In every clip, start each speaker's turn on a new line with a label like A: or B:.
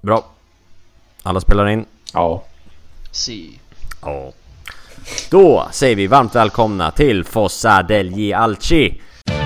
A: Bra. Alla spelar in?
B: Ja.
C: Si.
A: Ja. Då säger vi varmt välkomna till Fossa degli Alci.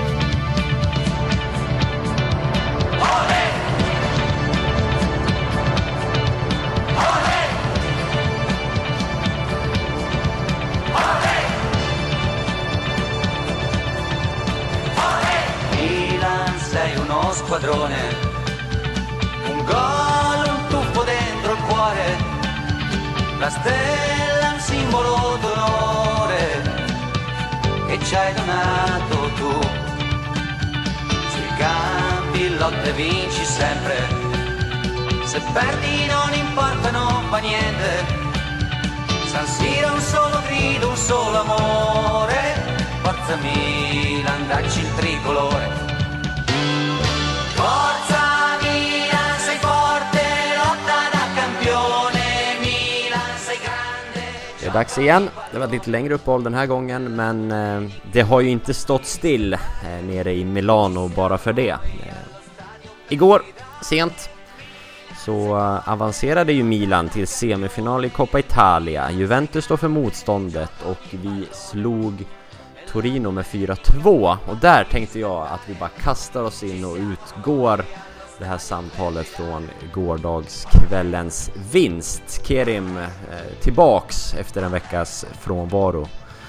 D: Squadrone, un gol, un tuffo dentro il cuore, la stella, un simbolo d'onore che ci hai donato tu. Sui campi lotte vinci sempre, se perdi non importa, non fa niente. San Siro un solo grido, un solo amore, forza Milan, dacci il tricolore. Forza Milan, sei forte, lotta da campione, Milan, sei grande.
A: Det är dags igen. Det var lite längre uppehåll den här gången, men det har ju inte stått still nere i Milano bara för det. Igår, sent, så avancerade ju Milan till semifinal i Coppa Italia. Juventus står för motståndet och vi slog Torino med 4-2, och där tänkte jag att vi bara kastar oss in och utgår det här samtalet från gårdagskvällens vinst. Kerim tillbaks efter en veckas frånvaro.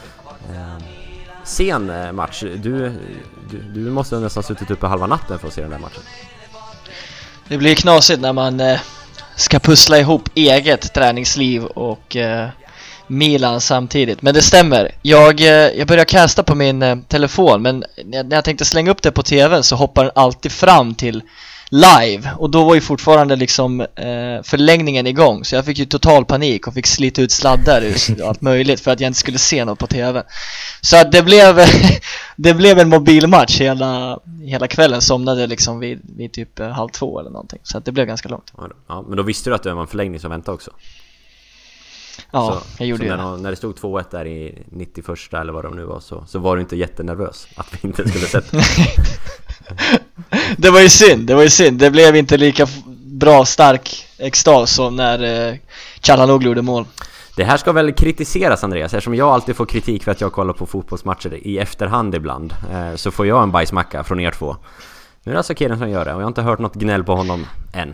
A: Sen match, du måste nästan suttit uppe halva natten för att se den där matchen.
C: Det blir knasigt när man ska pussla ihop eget träningsliv och Milan samtidigt. Men det stämmer. Jag började casta på min telefon, men när jag tänkte slänga upp det på tvn så hoppar den alltid fram till live, och då var ju fortfarande liksom förlängningen igång, så jag fick ju total panik och fick slita ut sladdar och allt möjligt för att jag inte skulle se något på tv. Så att det blev en mobilmatch hela kvällen. Somnade liksom vid typ 1:30 eller någonting, så att det blev ganska långt.
A: Ja, men då visste du att det var en förlängning som väntade också.
C: Ja,
A: så,
C: jag gjorde det.
A: När det stod 2-1 där i 91 eller vad det nu var, så var du inte jättenervös att vi inte skulle sätta.
C: Det var ju synd. Det blev inte lika bra stark extas som när Çalhanoğlu gjorde mål.
A: Det här ska väl kritiseras, Andreas, eftersom jag alltid får kritik för att jag kollar på fotbollsmatcher i efterhand ibland, så får jag en bajsmacka från er två. Nu är det alltså Kerim som gör det, och jag har inte hört något gnäll på honom än.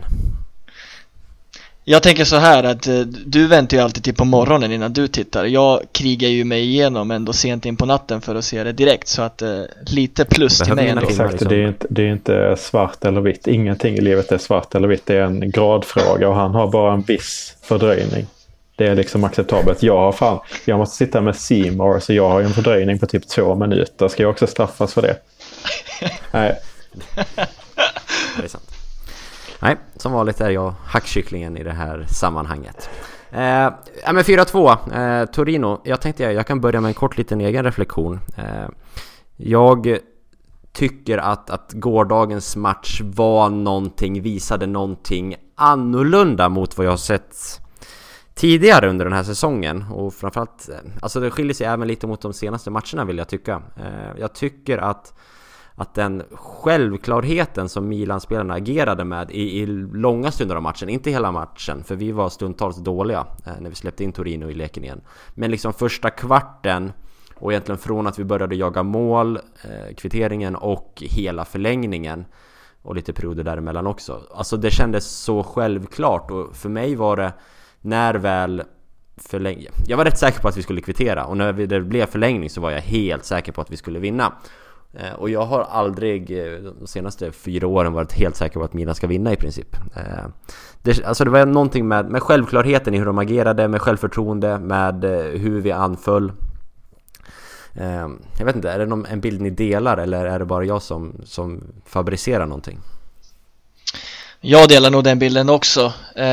C: Jag tänker så här att du väntar ju alltid till på morgonen innan du tittar. Jag krigar ju mig igenom ändå sent in på natten för att se det direkt, så att lite plus till mig ändå.
B: Exakt, det är inte svart eller vitt. Ingenting i livet är svart eller vitt. Det är en gradfråga, och han har bara en viss fördröjning. Det är liksom acceptabelt. Jag måste sitta med Seymour, så jag har en fördröjning på typ 2 minuter. Ska jag också straffas för det? Nej.
A: Det är sant. Nej, som vanligt är jag hackkycklingen i det här sammanhanget. Men 4-2 Torino. Jag tänkte jag kan börja med en kort liten egen reflektion. Jag tycker att gårdagens match visade någonting annorlunda mot vad jag har sett tidigare under den här säsongen. Och framförallt, alltså det skiljer sig även lite mot de senaste matcherna, vill jag tycka. Jag tycker att den självklarheten som Milan-spelarna agerade med i långa stunder av matchen, inte hela matchen, för vi var stundtals dåliga när vi släppte in Torino i leken igen, men liksom första kvarten, och egentligen från att vi började jaga mål, kvitteringen och hela förlängningen och lite perioder däremellan också. Alltså det kändes så självklart, och för mig var det när väl jag var rätt säker på att vi skulle kvittera, och när det blev förlängning så var jag helt säker på att vi skulle vinna. Och jag har aldrig de senaste 4 åren varit helt säker på att Milan ska vinna i princip. Det var någonting med självklarheten i hur de agerade, med självförtroende, med hur vi anföll. Jag vet inte, är det en bild ni delar, eller är det bara jag som fabricerar någonting? Jag
C: delar nog den bilden också.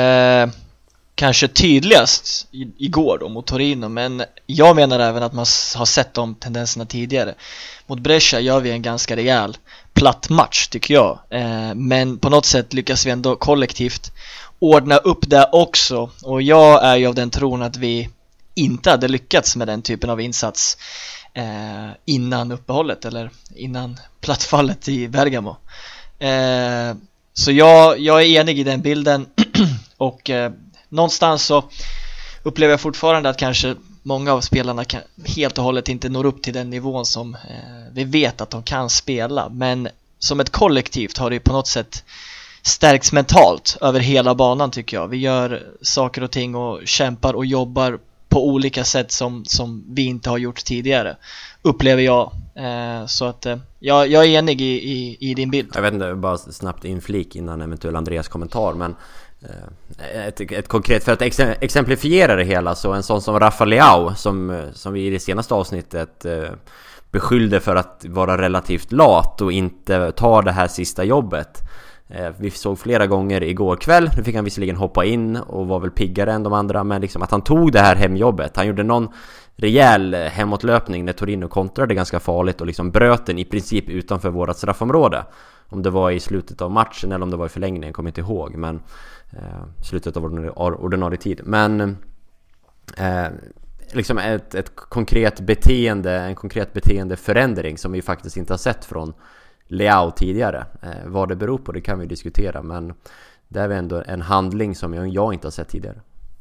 C: Kanske tydligast igår då mot Torino, men jag menar även att man har sett de tendenserna tidigare. Mot Brescia gör vi en ganska rejäl platt match, tycker jag, men på något sätt lyckas vi ändå kollektivt ordna upp det också, och jag är ju av den tron att vi inte hade lyckats med den typen av insats innan uppehållet eller innan plattfallet i Bergamo. Så jag är enig i den bilden. Och någonstans så upplever jag fortfarande att kanske många av spelarna helt och hållet inte når upp till den nivån som vi vet att de kan spela. Men som ett kollektivt har det på något sätt stärks mentalt över hela banan, tycker jag. Vi gör saker och ting och kämpar och jobbar på olika sätt som vi inte har gjort tidigare, upplever jag. Så att jag är enig i din bild.
A: Jag vet inte, bara snabbt inflik innan eventuell Andreas kommentar, men ett konkret, för att exemplifiera det hela, så en sån som Rafa Leao som vi i det senaste avsnittet beskyllde för att vara relativt lat och inte ta det här sista jobbet. Vi såg flera gånger igår kväll, nu fick han visserligen hoppa in och var väl piggare än de andra, men liksom att han tog det här hemjobbet. Han gjorde någon rejäl hemåtlöpning när Torino kontrade ganska farligt och liksom bröt den i princip utanför vårat straffområde. Om det var i slutet av matchen eller om det var i förlängningen, kommer inte ihåg, men slutet av ordinarie tid. Men liksom ett konkret beteende, en konkret beteendeförändring som vi faktiskt inte har sett från Leao tidigare. Vad det beror på, det kan vi diskutera, men det är ändå en handling som jag inte har sett tidigare.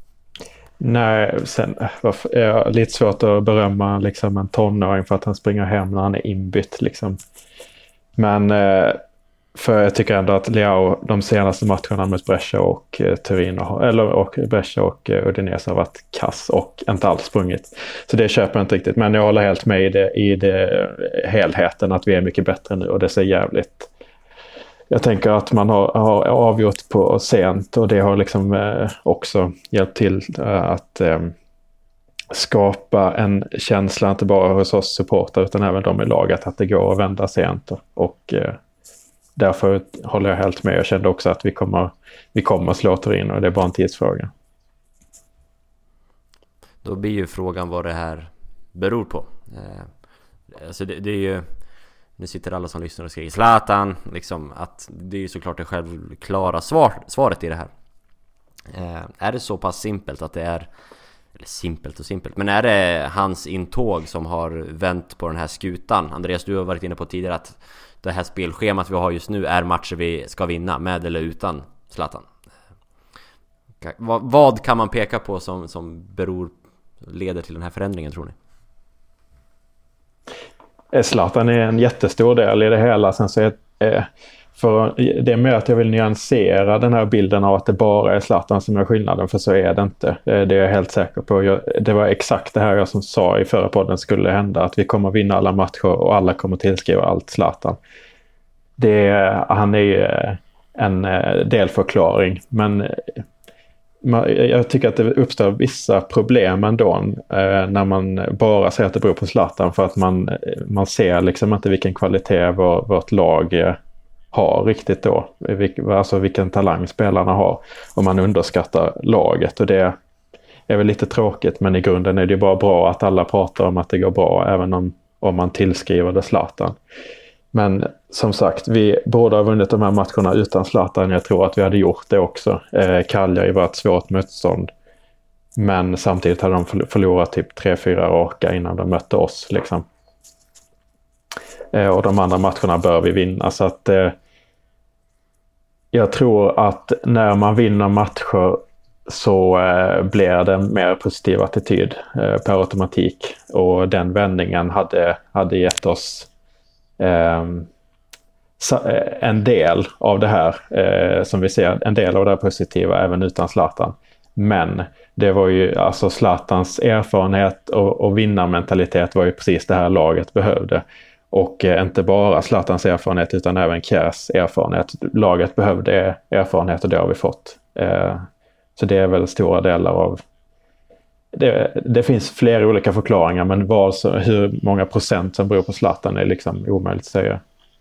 B: Nej, sen är lite svårt att berömma liksom en tonåring för att han springer hem när han är inbytt liksom. Men för jag tycker ändå att Leao de senaste matcherna mot Brescia och Torino, och Brescia och Udinese har varit kass och inte alls sprungit. Så det köper jag inte riktigt, men jag håller helt med i det helheten att vi är mycket bättre nu och det ser jävligt. Jag tänker att man har avgjort på sent och det har liksom också hjälpt till att skapa en känsla inte bara hos oss supporter utan även de i laget att det går att vända sent och därför håller jag helt med. Jag kände också att vi kommer slå Torino och det är bara en tidsfråga.
A: Då blir ju frågan vad det här beror på. Alltså det är ju, nu sitter alla som lyssnar och skriver Zlatan, liksom, att det är ju såklart det självklara svaret i det här. Är det så pass simpelt att det är, eller simpelt och simpelt, men är det hans intåg som har vänt på den här skutan? Andreas, du har varit inne på tidigare att det här spelschemat vi har just nu är matcher vi ska vinna med eller utan Zlatan. Vad kan man peka på som leder till den här förändringen, tror ni?
B: Zlatan är en jättestor del i det hela. Sen så för det är mer att jag vill nyansera den här bilden av att det bara är Zlatan som är skillnaden, för så är det inte. Det är jag helt säker på. Det var exakt det här jag som sa i förra podden skulle hända, att vi kommer vinna alla matcher och alla kommer tillskriva allt Zlatan. Han är en delförklaring, men jag tycker att det uppstår vissa problem ändå när man bara säger att det beror på Zlatan, för att man ser liksom inte vilken kvalitet vårt lag har riktigt då, alltså vilken talang spelarna har, och man underskattar laget, och det är väl lite tråkigt, men i grunden är det bara bra att alla pratar om att det går bra även om man tillskriver det Zlatan. Men som sagt, vi båda har vunnit de här matcherna utan Zlatan. Jag tror att vi hade gjort det också. Cagliari var ett svårt motstånd. Men samtidigt hade de förlorat typ 3-4 raka innan de mötte oss. Liksom. Och de andra matcherna bör vi vinna. Så att jag tror att när man vinner matcher så blir det en mer positiv attityd per automatik. Och den vändningen hade gett oss en del av det här som vi ser, en del av det positiva även utan Zlatan. Men det var ju alltså Zlatans erfarenhet och vinnarmentalitet var ju precis det här laget behövde. Och inte bara Zlatans erfarenhet utan även Kjärs erfarenhet. Laget behövde erfarenhet och det har vi fått. Så det är väl stora delar av det finns flera olika förklaringar, men hur många procent som beror på Zlatan är liksom omöjligt att säga.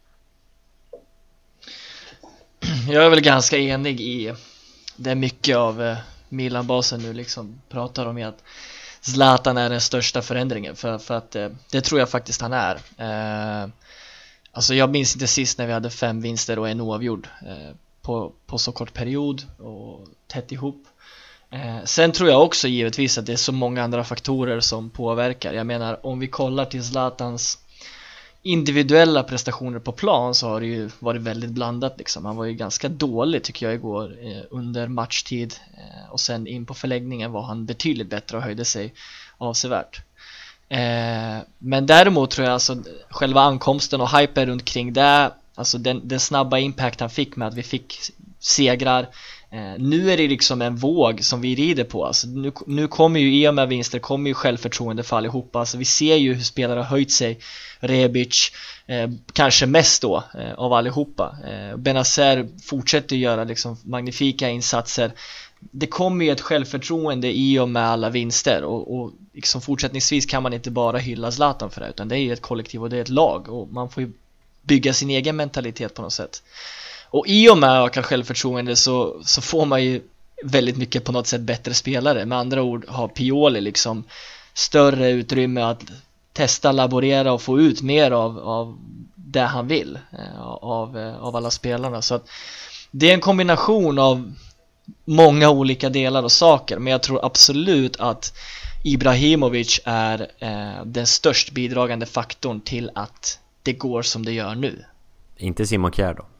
C: Jag är väl ganska enig i det mycket av Milan-basen nu liksom pratar om, att Zlatan är den största förändringen, för att det tror jag faktiskt han är. Alltså jag minns inte sist när vi hade 5 vinster och en oavgjord på så kort period och tätt ihop. Sen tror jag också givetvis att det är så många andra faktorer som påverkar. Jag menar, om vi kollar till Zlatans individuella prestationer på plan så har det ju varit väldigt blandat liksom. Han var ju ganska dålig tycker jag igår under matchtid och sen in på förläggningen var han betydligt bättre och höjde sig avsevärt. Men däremot tror jag alltså själva ankomsten och hypen runt kring det, alltså den snabba impact han fick med att vi fick segrar. Nu är det liksom en våg som vi rider på. Alltså nu kommer ju i och med vinster kommer ju självförtroende för allihopa. Alltså vi ser ju hur spelare har höjt sig. Rebic kanske mest då av allihopa. Benazer fortsätter göra liksom magnifika insatser. Det kommer ju ett självförtroende i och med alla vinster och liksom fortsättningsvis kan man inte bara hylla Zlatan för det, utan det är ju ett kollektiv och det är ett lag och man får ju bygga sin egen mentalitet på något sätt. Och i och med ökat självförtroende så får man ju väldigt mycket på något sätt bättre spelare. Med andra ord har Pioli liksom större utrymme att testa, laborera och få ut mer av det han vill av alla spelarna. Så att det är en kombination av många olika delar och saker. Men jag tror absolut att Ibrahimovic är den störst bidragande faktorn till att det går som det gör nu.
A: Inte Simon Kjær då?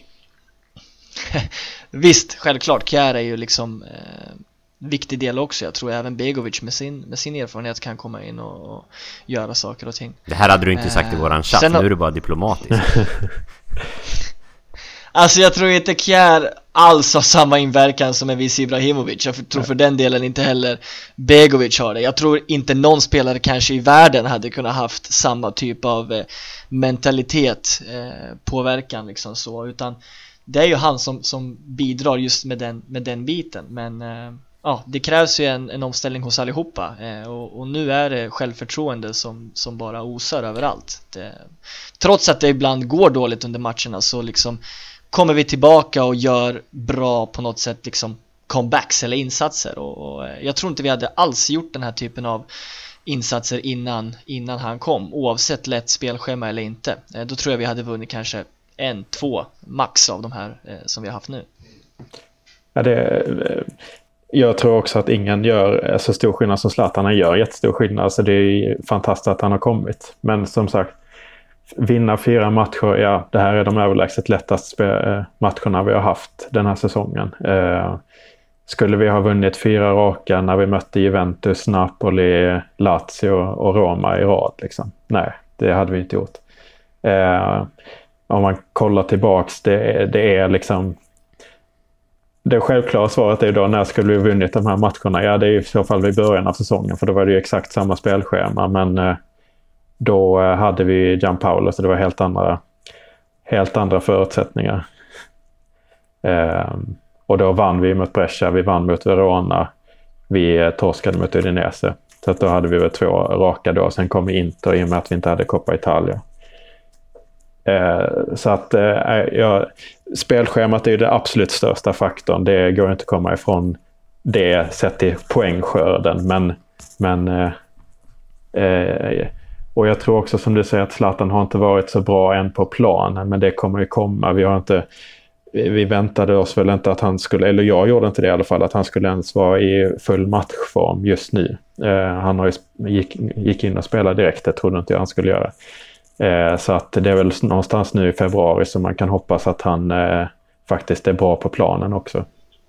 C: Visst, självklart. Kjær är ju liksom viktig del också. Jag tror även Begovic med sin erfarenhet kan komma in och göra saker och ting.
A: Det här hade du inte sagt i våran chatt. Nu är du bara diplomatisk.
C: Alltså jag tror inte Kjær alls har samma inverkan som en viss Ibrahimovic. Jag tror för den delen inte heller Begovic har det. Jag tror inte någon spelare kanske i världen hade kunnat haft samma typ av mentalitet, påverkan liksom så, utan det är ju han som bidrar just med den biten. Men ja, det krävs ju en omställning hos allihopa och nu är det självförtroende som bara osar överallt. Trots att det ibland går dåligt under matcherna så liksom kommer vi tillbaka och gör bra på något sätt liksom comebacks eller insatser och jag tror inte vi hade alls gjort den här typen av insatser innan han kom, oavsett lätt spelschema eller inte. Då tror jag vi hade vunnit kanske 1-2 max av de här som vi har haft nu.
B: Ja, jag tror också att ingen gör så stor skillnad som Zlatan. Han gör jättestor skillnad, så det är fantastiskt att han har kommit. Men som sagt, vinna 4 matcher, ja, det här är de överlägset lättaste matcherna vi har haft den här säsongen. Skulle vi ha vunnit 4 raka när vi mötte Juventus, Napoli, Lazio och Roma i rad liksom? Nej, det hade vi inte gjort. Om man kollar tillbaks, det är liksom det självklara svaret är då, när skulle vi vunnit de här matcherna? Ja, det är i så fall vid början av säsongen, för då var det ju exakt samma spelschema, men då hade vi Gianpaolo, så det var helt andra förutsättningar. Och då vann vi mot Brescia, vi vann mot Verona, vi torskade mot Udinese. Så att då hade vi väl 2 raka då, sen kom vi Inter i och med att vi inte hade Coppa Italia. Så att spelschemat är ju det absolut största faktorn. Det går inte att komma ifrån det sett till poängskörden, men och jag tror också, som du säger, att Zlatan har inte varit så bra än på planen, men det kommer ju komma. Vi väntade oss väl inte att han skulle, eller jag gjorde inte det i alla fall, att han skulle ens vara i full matchform just nu. Han har ju gick in och spelade direkt, det trodde inte jag han skulle göra. Så att det är väl någonstans nu i februari som man kan hoppas att han faktiskt är bra på planen också.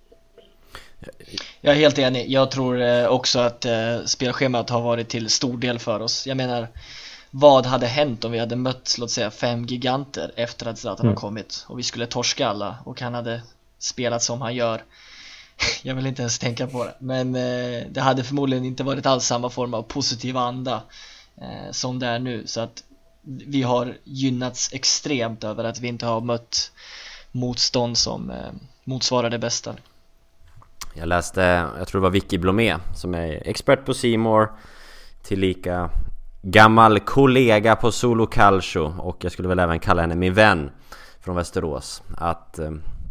C: Jag är helt enig. Jag tror också att spelschemat har varit till stor del för oss. Jag menar, vad hade hänt om vi hade mött, låt säga, 5 giganter efter att Zlatan har kommit och vi skulle torska alla och han hade spelat som han gör? Jag vill inte ens tänka på det. Men det hade förmodligen inte varit alls samma form av positiv anda som det är nu. Så att vi har gynnats extremt över att vi inte har mött motstånd som motsvarar det bästa.
A: Jag läste, jag tror det var Vicky Blomé som är expert på C More, tillika gammal kollega på Solo Calcio, och jag skulle väl även kalla henne min vän från Västerås, att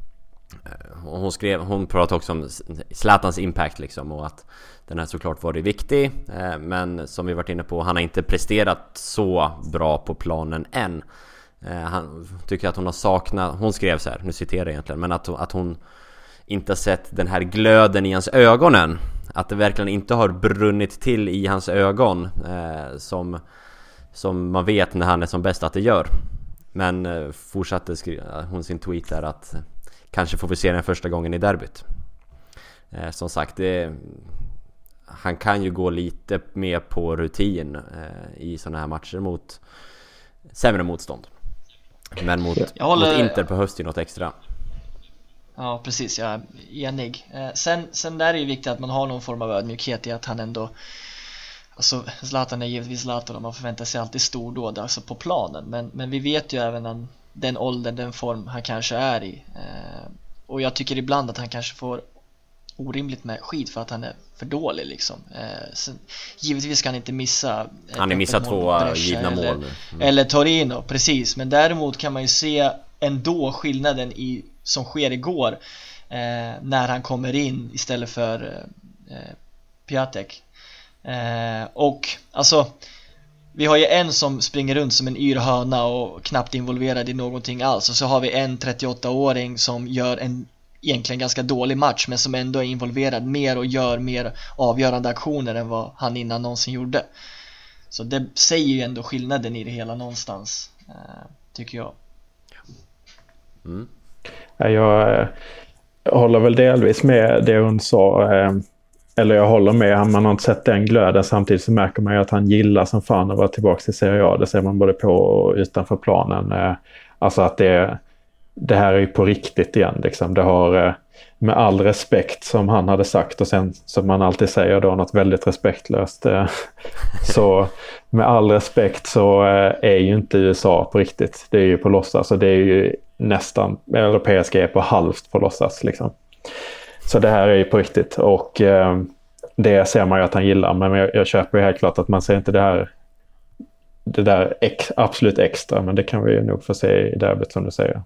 A: hon pratade också om Zlatans impact liksom, och att den här såklart varit viktig, men som vi varit inne på, han har inte presterat så bra på planen än. Han tycker att hon har saknat, hon skrev så här, nu citerar jag egentligen, men att hon inte har sett den här glöden i hans ögon än, att det verkligen inte har brunnit till i hans ögon, som man vet när han är som bäst att det gör. Men fortsatte hon sin tweet där att kanske får vi se den första gången i derbyt. Som sagt, han kan ju gå lite mer på rutin i såna här matcher mot sämre motstånd. Men mot Inter behövs det något extra.
C: Ja, precis, jag är enig. Sen där är det ju viktigt att man har någon form av ödmjukhet i att han ändå, alltså Zlatan är givetvis Zlatan och man förväntar sig alltid stordåd alltså på planen, men vi vet ju även den åldern, den form han kanske är i, och jag tycker ibland att han kanske får orimligt med skit för att han är för dålig liksom. Givetvis kan han inte missa,
A: han har missat 2 givna mål
C: eller Torino, precis, men däremot kan man ju se ändå skillnaden som sker igår när han kommer in istället för Piatek. Och alltså vi har ju en som springer runt som en yrhörna och knappt involverad i någonting alls, och så har vi en 38-åring som gör en egentligen ganska dålig match men som ändå är involverad mer och gör mer avgörande aktioner än vad han innan någonsin gjorde. Så det säger ju ändå skillnaden i det hela någonstans, tycker jag.
B: Jag håller väl delvis med det hon sa, eller jag håller med, man har inte sett den glöden. Samtidigt så märker man ju att han gillar som fan att vara tillbaka till Serie A. Det ser man både på och utanför planen. Alltså att det här är ju på riktigt igen liksom. Det har, med all respekt som han hade sagt, och sen som man alltid säger då något väldigt respektlöst, så med all respekt så är ju inte USA på riktigt. Det är ju på låtsas, och det är ju nästan, eller PSG är på halvt på låtsas liksom. Så det här är ju på riktigt, och det ser man ju att han gillar, men jag köper ju helt klart att man ser inte det där absolut extra, men det kan vi ju nog få se i derbyt som du säger.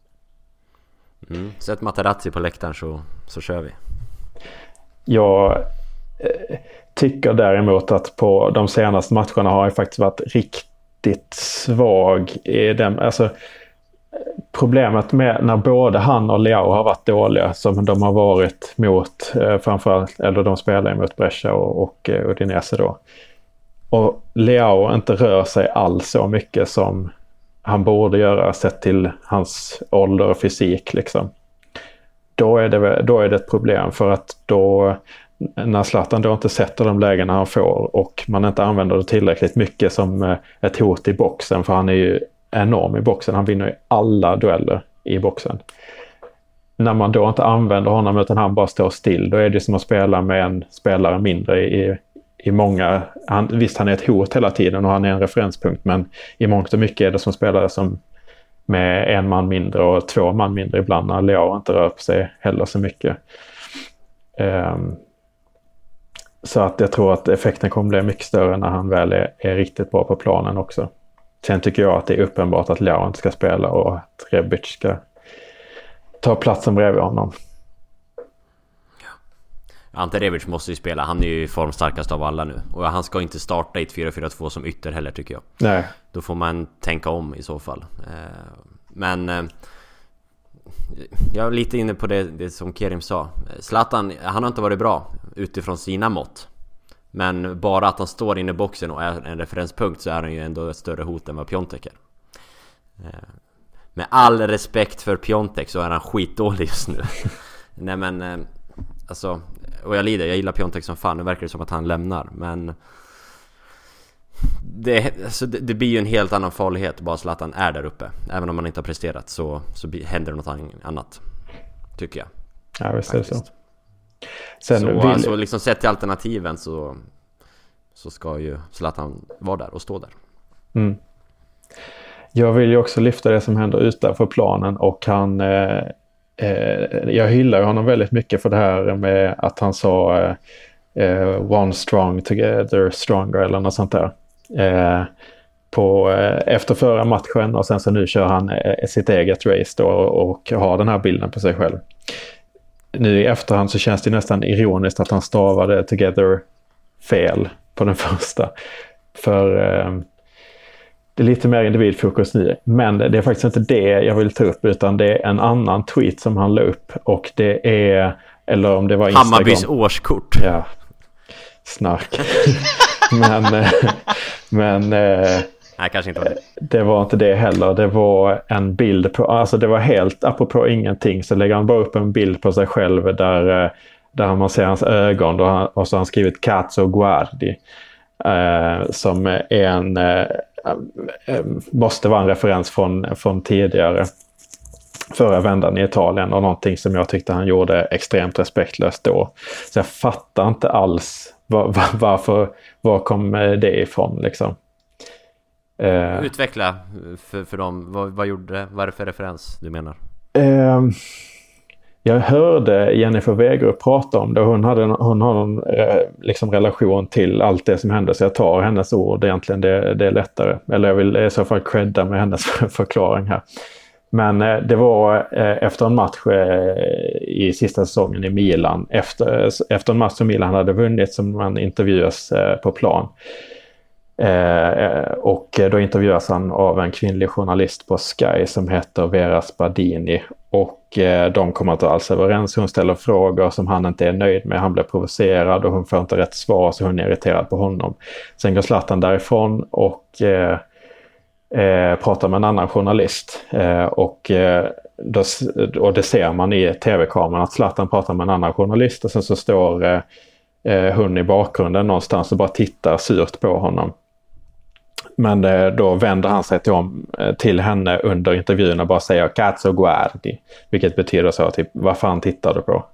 A: Sätt Materazzi på läktaren så kör vi.
B: Jag tycker däremot att på de senaste matcherna har jag faktiskt varit riktigt svag i dem. Alltså, problemet med när både han och Leao har varit dåliga, som de har varit mot framförallt, eller de spelar mot Brescia och Udinese då, och Leao inte rör sig alls så mycket som han borde göra sett till hans ålder och fysik liksom, då är det ett problem, för att då när Zlatan då inte sätter de lägena han får och man inte använder det tillräckligt mycket som ett hot i boxen, för han är ju enorm i boxen, han vinner ju alla dueller i boxen. När man då inte använder honom utan han bara står still, då är det som att spela med en spelare mindre i många, visst han är ett hot hela tiden och han är en referenspunkt, men i mångt och mycket är det som spelare som med 1 man mindre och 2 man mindre ibland, när Leao inte rör på sig heller så mycket. Så att jag tror att effekten kommer bli mycket större när han väl är riktigt bra på planen också. Sen tycker jag att det är uppenbart att Leao inte ska spela och att Rebic ska ta platsen bredvid honom.
A: Ante Rebic måste ju spela, han är ju formstarkast av alla nu. Och han ska inte starta i ett 4-4-2 som ytter heller, tycker jag.
B: Nej.
A: Då får man tänka om i så fall. Men jag är lite inne på det som Kerim sa. Zlatan, han har inte varit bra utifrån sina mått. Men bara att han står inne i boxen och är en referenspunkt, så är han ju ändå ett större hot än vad Piontek är. Med all respekt för Piontek så är han skitdålig just nu. Nej men alltså, och jag gillar Piontek som fan. Det verkar som att han lämnar, men det blir ju en helt annan farlighet bara Zlatan är där uppe. Även om man inte har presterat så händer något annat, tycker jag.
B: Ja, visst är det så.
A: Alltså liksom sett till alternativen så ska ju Zlatan vara där och stå där.
B: Jag vill ju också lyfta det som händer utanför planen, och jag hyllar honom väldigt mycket för det här med att han sa one strong together stronger eller något sånt där efter förra matchen, och sen så nu kör han sitt eget race då och har den här bilden på sig själv. Nu i efterhand så känns det nästan ironiskt att han stavade together fel på den första, för det är lite mer individfokus nu, men det är faktiskt inte det jag vill ta upp, utan det är en annan tweet som han la upp, och det är, eller om det var Instagram.
A: Hammarbys årskort.
B: Ja, snark. men
A: Nej, kanske inte var det.
B: Det var inte det heller. Det var en bild på, alltså det var helt apropå ingenting, så lägger han bara upp en bild på sig själv där man ser hans ögon och så har han skrivit Cazzo Guardi, som är en måste vara en referens från tidigare förra vändan i Italien, och någonting som jag tyckte han gjorde extremt respektlöst då. Så jag fattar inte alls var kom det ifrån liksom.
A: Utveckla för dem. Vad gjorde det? Vad är det för referens du menar?
B: Jag hörde Jennifer Wegerup prata om det. Hon har en liksom relation till allt det som hände, så jag tar hennes ord egentligen. Det är lättare. Eller jag vill i så fall credda med hennes förklaring här. Men det var efter en match i sista säsongen i Milan. Efter en match som Milan hade vunnit, som man intervjuas på plan. Och då intervjuas han av en kvinnlig journalist på Sky som heter Vera Spadini, och de kommer inte alls överens. Hon ställer frågor som han inte är nöjd med, han blir provocerad och hon får inte rätt svar, så hon är irriterad på honom. Sen går Zlatan därifrån och pratar med en annan journalist, och det ser man i tv-kameran att Zlatan pratar med en annan journalist, och sen så står hon i bakgrunden någonstans och bara tittar surt på honom. Men då vänder han sig till henne under intervjun och bara säger Cazzo Guardi, vilket betyder så typ, vad fan tittar du på?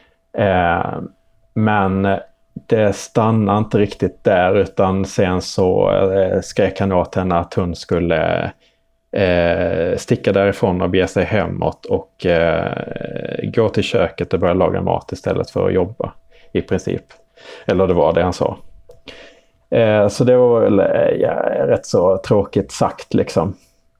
B: Men det stannar inte riktigt där, utan sen så skrek han åt henne att hon skulle sticka därifrån och bege sig hemåt och gå till köket och börja laga mat istället för att jobba i princip. Eller det var det han sa. Så det var väl rätt så tråkigt sagt liksom.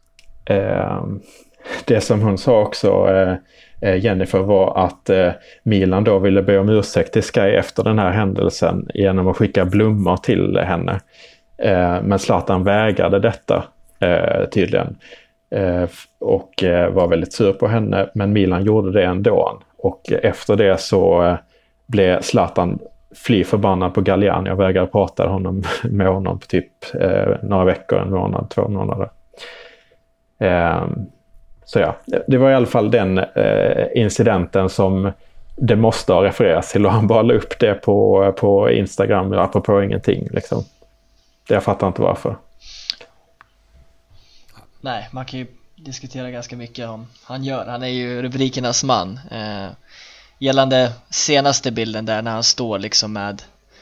B: Det som hon sa också, Jennifer, var att Milan då ville be om ursäkt till Sky efter den här händelsen genom att skicka blommor till henne. Men Zlatan vägrade detta tydligen. Och var väldigt sur på henne, men Milan gjorde det ändå. Och efter det så blev Zlatan fly förbannad på Galliani och vägrade prata med honom på typ några veckor, en månad, 2 månader. Så ja, det var i alla fall den incidenten som det måste ha refererats till, och han bara la upp det på Instagram apropå ingenting liksom. Jag fattar inte varför.
C: Nej, man kan ju diskutera ganska mycket om han gör. Han är ju rubrikernas man. Gällande senaste bilden där när han står liksom med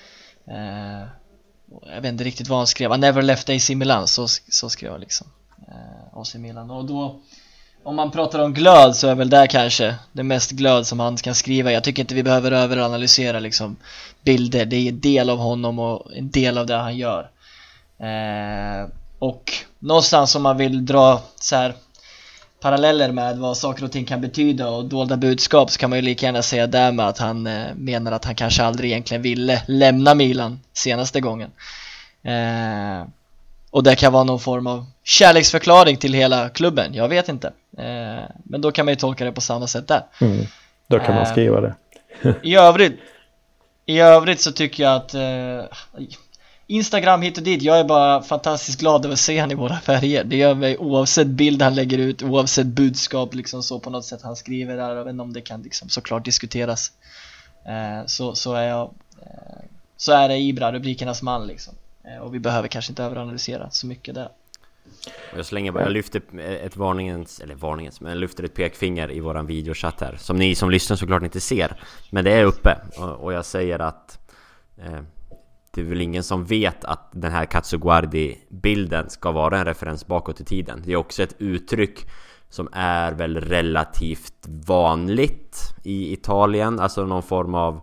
C: jag vet inte riktigt vad han skrev. I never left AC Milan, så skrev jag liksom AC Milan. Och då, om man pratar om glöd, så är väl där kanske det mest glöd som han kan skriva. Jag tycker inte vi behöver överanalysera liksom bilder. Det är en del av honom och en del av det han gör. Och någonstans om man vill dra så här paralleller med vad saker och ting kan betyda och dolda budskap, så kan man ju lika gärna säga där med att han menar att han kanske aldrig egentligen ville lämna Milan senaste gången. Och det kan vara någon form av kärleksförklaring till hela klubben, jag vet inte. Men då kan man ju tolka det på samma sätt där.
B: Då kan man skriva det.
C: I övrigt så tycker jag att Instagram hit och dit, jag är bara fantastiskt glad över att se han i våra färger. Det gör mig oavsett bild han lägger ut, oavsett budskap liksom, så på något sätt han skriver där. Jag vet inte om det kan liksom såklart diskuteras. Så är det Ibra, rubrikernas man liksom. Och vi behöver kanske inte överanalysera så mycket där.
A: Jag lyfter men jag lyfter ett pekfinger i våran videochatt här, som ni som lyssnar såklart inte ser, men det är uppe, och jag säger att det är väl ingen som vet att den här Cazzo Guardi-bilden ska vara en referens bakåt i tiden. Det är också ett uttryck som är väl relativt vanligt i Italien. Alltså någon form av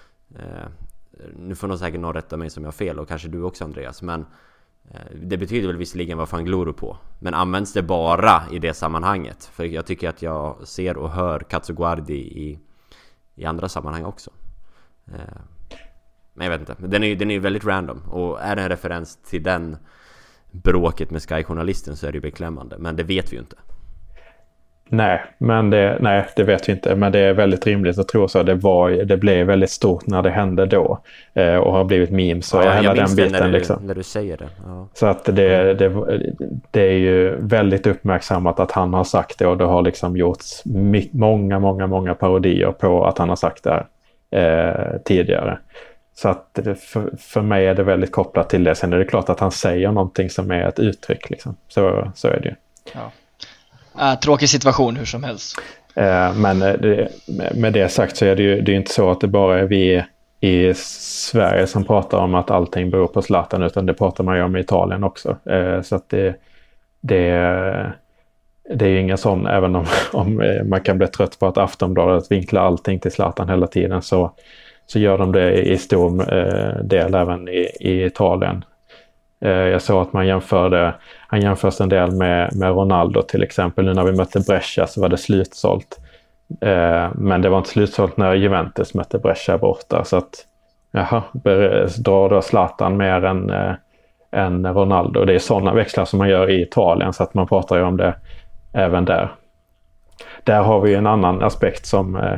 A: nu får nog säkert någon rätta mig som jag har fel, och kanske du också Andreas, men det betyder väl visserligen vad fan glor på, men används det bara i det sammanhanget? För jag tycker att jag ser och hör Cazzo Guardi i andra sammanhang också. Men jag vet inte, den är ju väldigt random, och är det en referens till den bråket med Sky-journalisten så är det ju beklämmande, men det vet vi ju inte.
B: Nej, men det vet vi inte. Men det är väldigt rimligt att tro så. Det blev väldigt stort när det hände då. Och har blivit memes och hela den biten.
A: När du säger det. Ja.
B: Så att det är ju väldigt uppmärksammat att han har sagt det. Och det har liksom gjorts många parodier på att han har sagt det här tidigare. Så att för mig är det väldigt kopplat till det. Sen är det klart att han säger någonting som är ett uttryck. Liksom. Så är det ju.
C: Ja. Tråkig situation hur som helst.
B: Men med det sagt så är det är inte så att det bara är vi i Sverige som pratar om att allting beror på Zlatan, utan det pratar man ju om i Italien också. Så att det är ju ingen sån, även om man kan bli trött på att Aftonbladet vinklar allting till Zlatan hela tiden, så gör de det i stor del även i Italien. Jag såg att han jämförs en del med Ronaldo till exempel. Nu när vi mötte Brescia så var det slutsålt. Men det var inte slutsålt när Juventus mötte Brescia borta. Så att, drar då Zlatan mer än Ronaldo. Det är sådana växlar som man gör i Italien, så att man pratar ju om det även där. Där har vi en annan aspekt som...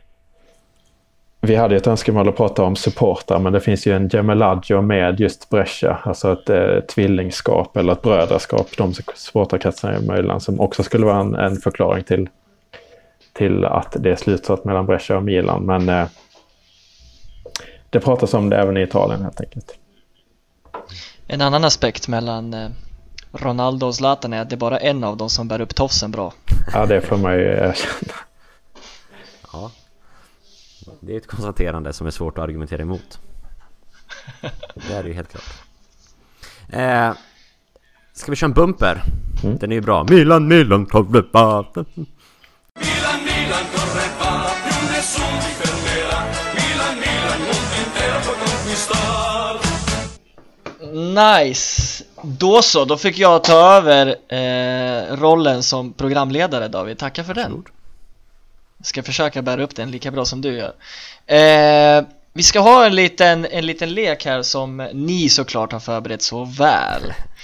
B: Vi hade ett önskemål att prata om supportrar, men det finns ju en Gemellaggio med just Brescia, alltså ett tvillingskap eller ett brödraskap, de supporterkretsarna i Möllan, som också skulle vara en förklaring till att det är slutsålt mellan Brescia och Milan. Men det pratas om det även i Italien helt enkelt.
C: En annan aspekt mellan Ronaldo och Zlatan är att det är bara en av dem som bär upp tofsen bra.
B: Ja, det får man ju erkänna.
A: Ja. Det är ett konstaterande som är svårt att argumentera emot. Det är ju helt klart. Ska vi köra en bumper? Den är ju bra. Milan, corre va.
D: Milan, corre va. Più nessuno ti fermerà. Milan, mondo intero puoi conquistar.
C: Nice. Då fick jag ta över rollen som programledare, David. Tackar för den. Jag ska försöka bära upp den lika bra som du gör. Vi ska ha en liten lek här som ni såklart har förberett så väl.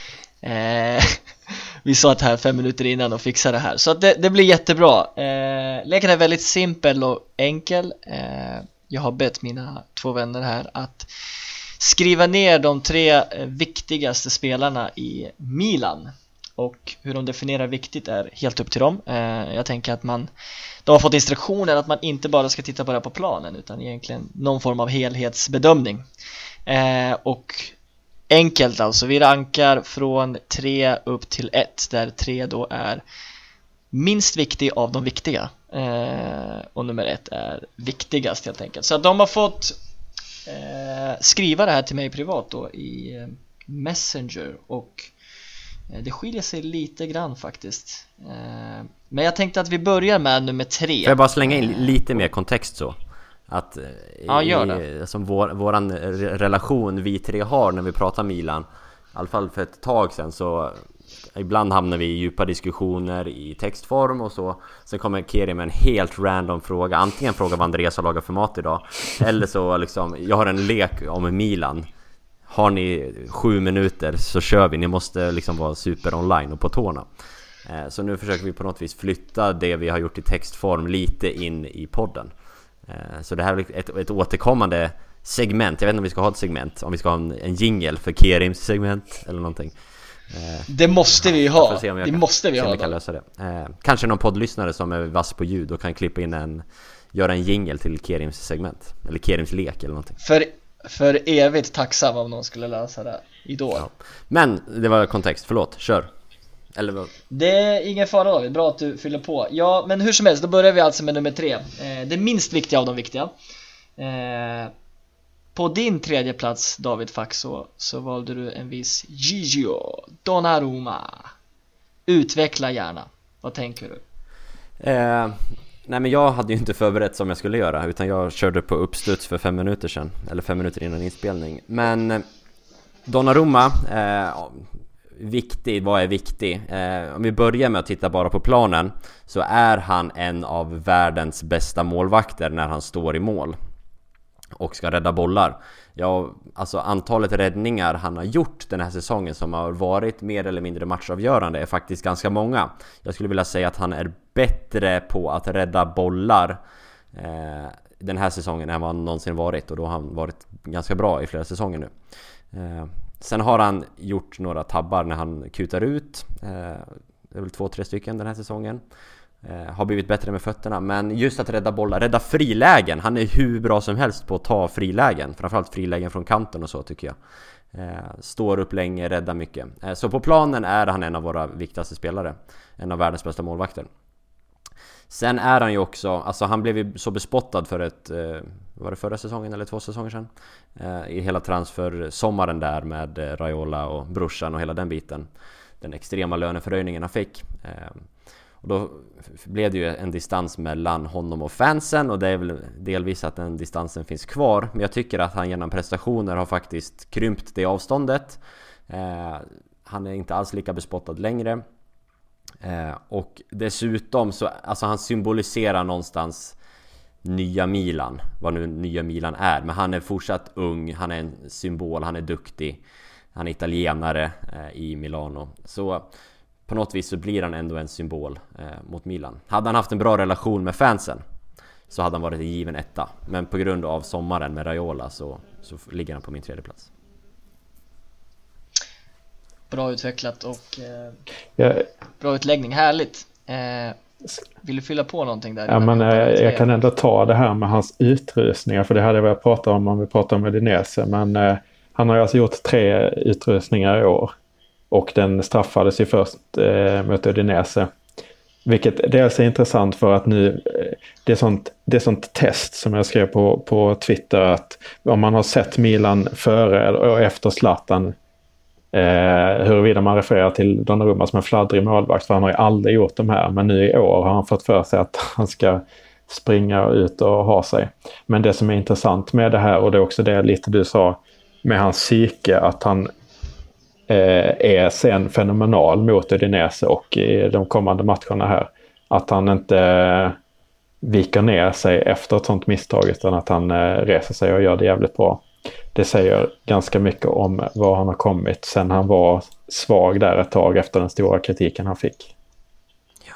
C: Vi sa att här 5 minuter innan och fixar det här. Så att det blir jättebra. Leken är väldigt simpel och enkel. Jag har bett mina 2 vänner här att skriva ner de 3 viktigaste spelarna i Milan. Och hur de definierar viktigt är helt upp till dem. Jag tänker att de har fått instruktioner att man inte bara ska titta bara på planen, utan egentligen någon form av helhetsbedömning. Och enkelt alltså, vi rankar från 3 upp till 1, där 3 då är minst viktig av de viktiga. Och nummer 1 är viktigast helt enkelt. Så de har fått skriva det här till mig privat då i Messenger, och det skiljer sig lite grann faktiskt. Men jag tänkte att vi börjar med nummer 3.
A: Får jag bara slänga in lite mer kontext så? Att
C: gör det.
A: Som våran relation vi 3 har när vi pratar Milan, i alla fall för ett tag sedan, så ibland hamnar vi i djupa diskussioner i textform och så. Sen kommer Keri med en helt random fråga. Antingen fråga vad Andreas har lagat för mat idag, eller så liksom, jag har en lek om Milan. Har ni 7 minuter så kör vi. Ni måste liksom vara super online och på tårna. Så nu försöker vi på något vis flytta det vi har gjort i textform lite in i podden. Så det här är ett återkommande segment. Jag vet inte om vi ska ha ett segment, om vi ska ha en jingle för Kerims segment eller någonting.
C: Det måste vi ha.
A: Det måste vi ha. Kan lösa det. Kanske någon poddlyssnare som är vass på ljud och kan klippa in göra en jingle till Kerims segment eller Kerims lek eller någonting.
C: För evigt tacksam om någon skulle lösa det idag. Ja.
A: Men det var kontext, förlåt, kör. Eller vad?
C: Det är ingen fara, David, bra att du fyller på. Ja, men hur som helst, då börjar vi alltså med nummer 3. Det minst viktiga av de viktiga. På din 3:e plats, David Faxå, så valde du en viss Gigio Donnarumma. Utveckla gärna. Vad tänker du?
A: Nej, men jag hade ju inte förberett som jag skulle göra, utan jag körde på uppstuds för 5 minuter sedan, eller 5 minuter innan inspelning. Men Donnarumma, viktig, vad är viktig? Om vi börjar med att titta bara på planen, så är han en av världens bästa målvakter när han står i mål och ska rädda bollar. Ja, alltså antalet räddningar han har gjort den här säsongen som har varit mer eller mindre matchavgörande är faktiskt ganska många. Jag skulle vilja säga att han är bättre på att rädda bollar den här säsongen än vad han någonsin varit, och då har han varit ganska bra i flera säsonger nu. Sen har han gjort några tabbar när han kutar ut, det är väl 2-3 stycken den här säsongen. Har blivit bättre med fötterna, men just att rädda bollar, rädda frilägen, han är hur bra som helst på att ta frilägen, framförallt frilägen från kanten och så, tycker jag. Står upp länge, räddar mycket. Så på planen är han en av våra viktigaste spelare, en av världens bästa målvakter. Sen är han ju också, alltså han blev ju så bespottad för var det förra säsongen eller 2 säsonger sedan, i hela transfer-sommaren där med Raiola och brorsan och hela den biten, den extrema löneförhöjningen han fick. Och då blev det ju en distans mellan honom och fansen, och det är väl delvis att den distansen finns kvar, men jag tycker att han genom prestationer har faktiskt krympt det avståndet. Han är inte alls lika bespottad längre. Och dessutom så, alltså han symboliserar någonstans nya Milan, vad nu nya Milan är, men han är fortsatt ung, han är en symbol, han är duktig, han är italienare i Milano, så på något vis så blir han ändå en symbol mot Milan. Hade han haft en bra relation med fansen så hade han varit en given etta, men på grund av sommaren med Raiola så ligger han på min 3:e plats.
C: Bra utvecklat och bra utläggning, härligt. Vill du fylla på någonting där?
B: Ja, men jag kan ändå ta det här med hans utrustningar, för det hade jag pratat om vi pratar om Udinese, men han har ju alltså gjort 3 utrustningar i år, och den straffades ju först mot Udinese, vilket dels är intressant för att nu det är sånt test som jag skrev på Twitter, att om man har sett Milan före och efter Zlatan, huruvida man refererar till Donnarumma som en fladdrig målvakt, för han har ju aldrig gjort de här, men nu i år har han fått för sig att han ska springa ut och ha sig. Men det som är intressant med det här, och det är också det lite du sa med hans psyke, att han är sen fenomenal mot Udinese och i de kommande matcherna här, att han inte viker ner sig efter ett sånt misstag, utan att han reser sig och gör det jävligt bra. Det säger ganska mycket om var han har kommit sen han var svag där ett tag efter den stora kritiken han fick.
A: Ja.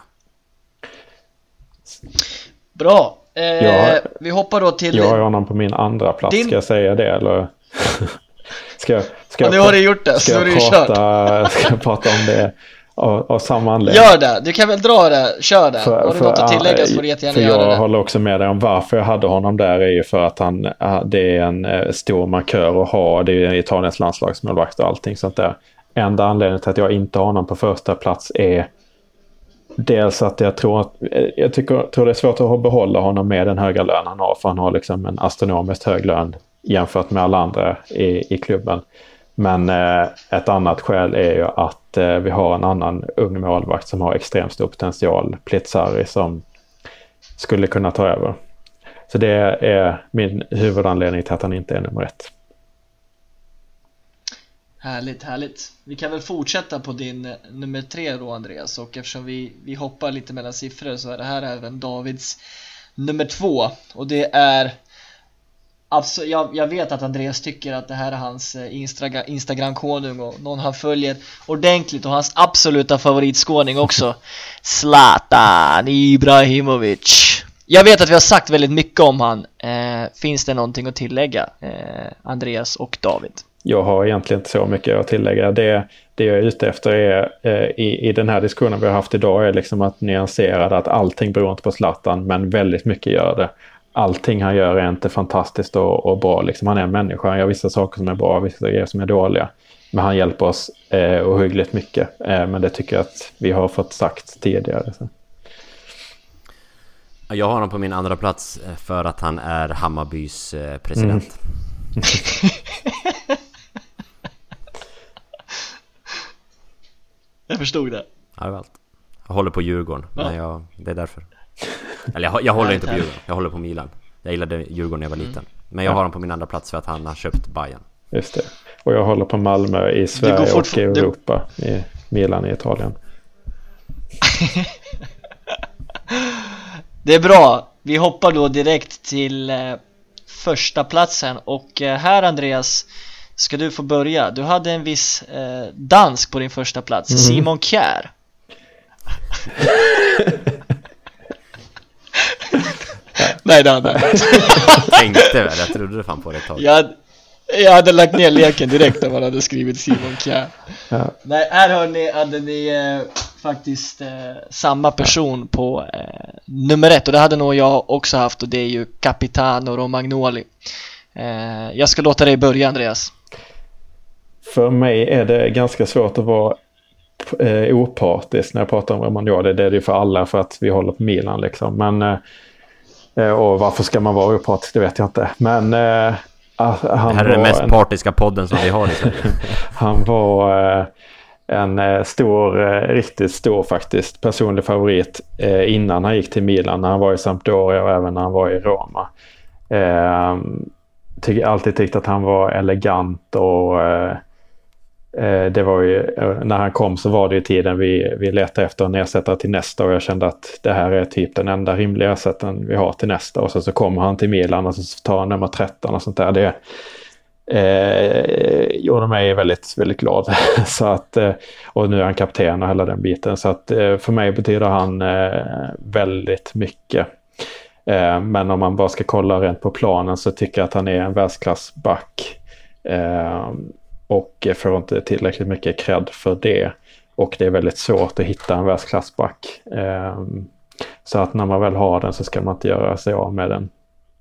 C: Bra. Vi hoppar då till...
B: Jag har honom på min andra plats. Ska jag säga det eller? Ska
C: nu har du gjort det, så är det ju kört.
B: Ska jag prata om det av samma anledning?
C: Gör det, du kan väl dra det, kör det. Har du något att tillägga så får du jättegärna göra det.
B: Jag håller också med dig om varför jag hade honom där, är ju för att det är en stor markör att ha, det är Italiens landslagsmålvakt och allting sånt där. Enda anledningen till att jag inte har honom på första plats är dels att jag tror det är svårt att behålla honom med den höga lön han har, för han har liksom en astronomiskt hög lön jämfört med alla andra i klubben. Men ett annat skäl är ju att vi har en annan ung målvakt som har extremt stor potential, Plizzari, som skulle kunna ta över. Så det är min huvudanledning till att han inte är nummer 1.
C: Härligt. Vi kan väl fortsätta på din nummer 3 då, Andreas, och eftersom vi hoppar lite mellan siffror så är det här även Davids nummer 2, och det är alltså, jag vet att Andreas tycker att det här är hans Instagram-konung och någon han följer ordentligt, och hans absoluta favoritskåning också, Zlatan Ibrahimovic. Jag vet att vi har sagt väldigt mycket om han. Finns det någonting att tillägga, Andreas och David?
B: Jag har egentligen inte så mycket att tillägga. Det jag är ute efter är i den här diskussionen vi har haft idag är liksom att nyansera att allting beror inte på Zlatan, men väldigt mycket gör det. Allting han gör är inte fantastiskt och bra. Liksom, han är en människa. Han gör vissa saker som är bra, vissa grejer som är dåliga. Men han hjälper oss ohyggligt mycket. Men det tycker jag att vi har fått sagt tidigare. Så.
A: Jag har honom på min andra plats för att han är Hammarbys president.
C: Jag förstod det.
A: Jag håller på Djurgården, men det är därför. Eller jag håller inte på Djurgården, jag håller på Milan. Jag gillade Djurgården när jag var liten. Men jag har honom på min andra plats för att han har köpt Bayern.
B: Just det. Och jag håller på Malmö i Sverige och i Europa. I Milan i Italien.
C: Det är bra. Vi hoppar då direkt till första platsen. Och här, Andreas, ska du få börja. Du hade en viss dansk på din första plats. Simon Kjær. Nej, det hade jag inte.
A: Tänkte väl, jag trodde fan på det ett tag.
C: Jag hade lagt ner leken direkt när man hade skrivit Simon Kjær.
B: Ja.
C: Nej, här hade ni faktiskt samma person på nummer 1. Och det hade nog jag också haft. Och det är ju Capitano Romagnoli. Jag ska låta dig börja, Andreas.
B: För mig är det ganska svårt att vara opartisk när jag pratar om Romagnoli. Det är det för alla för att vi håller på Milan liksom. Men, och varför ska man vara opartisk, det vet jag inte. Men han
A: det här är den mest partiska podden som vi har i Sverige.
B: Han var en riktigt stor faktiskt personlig favorit innan han gick till Milan, när han var i Sampdoria och även när han var i Roma. Alltid tyckt att han var elegant och det var ju, när han kom så var det ju tiden vi letade efter en ersättare till nästa, och jag kände att det här är typ den enda rimliga ersättaren vi har till nästa, och så kommer han till Milan och så tar han nummer 13 och sånt där. Det gjorde mig väldigt, väldigt glad. Så att, och nu är han kapten och hela den biten, så att för mig betyder han väldigt mycket. Men om man bara ska kolla rent på planen så tycker jag att han är en världsklassback. Och får inte tillräckligt mycket cred för det. Och det är väldigt svårt att hitta en världsklassback. Så att när man väl har den så ska man inte göra sig av med den.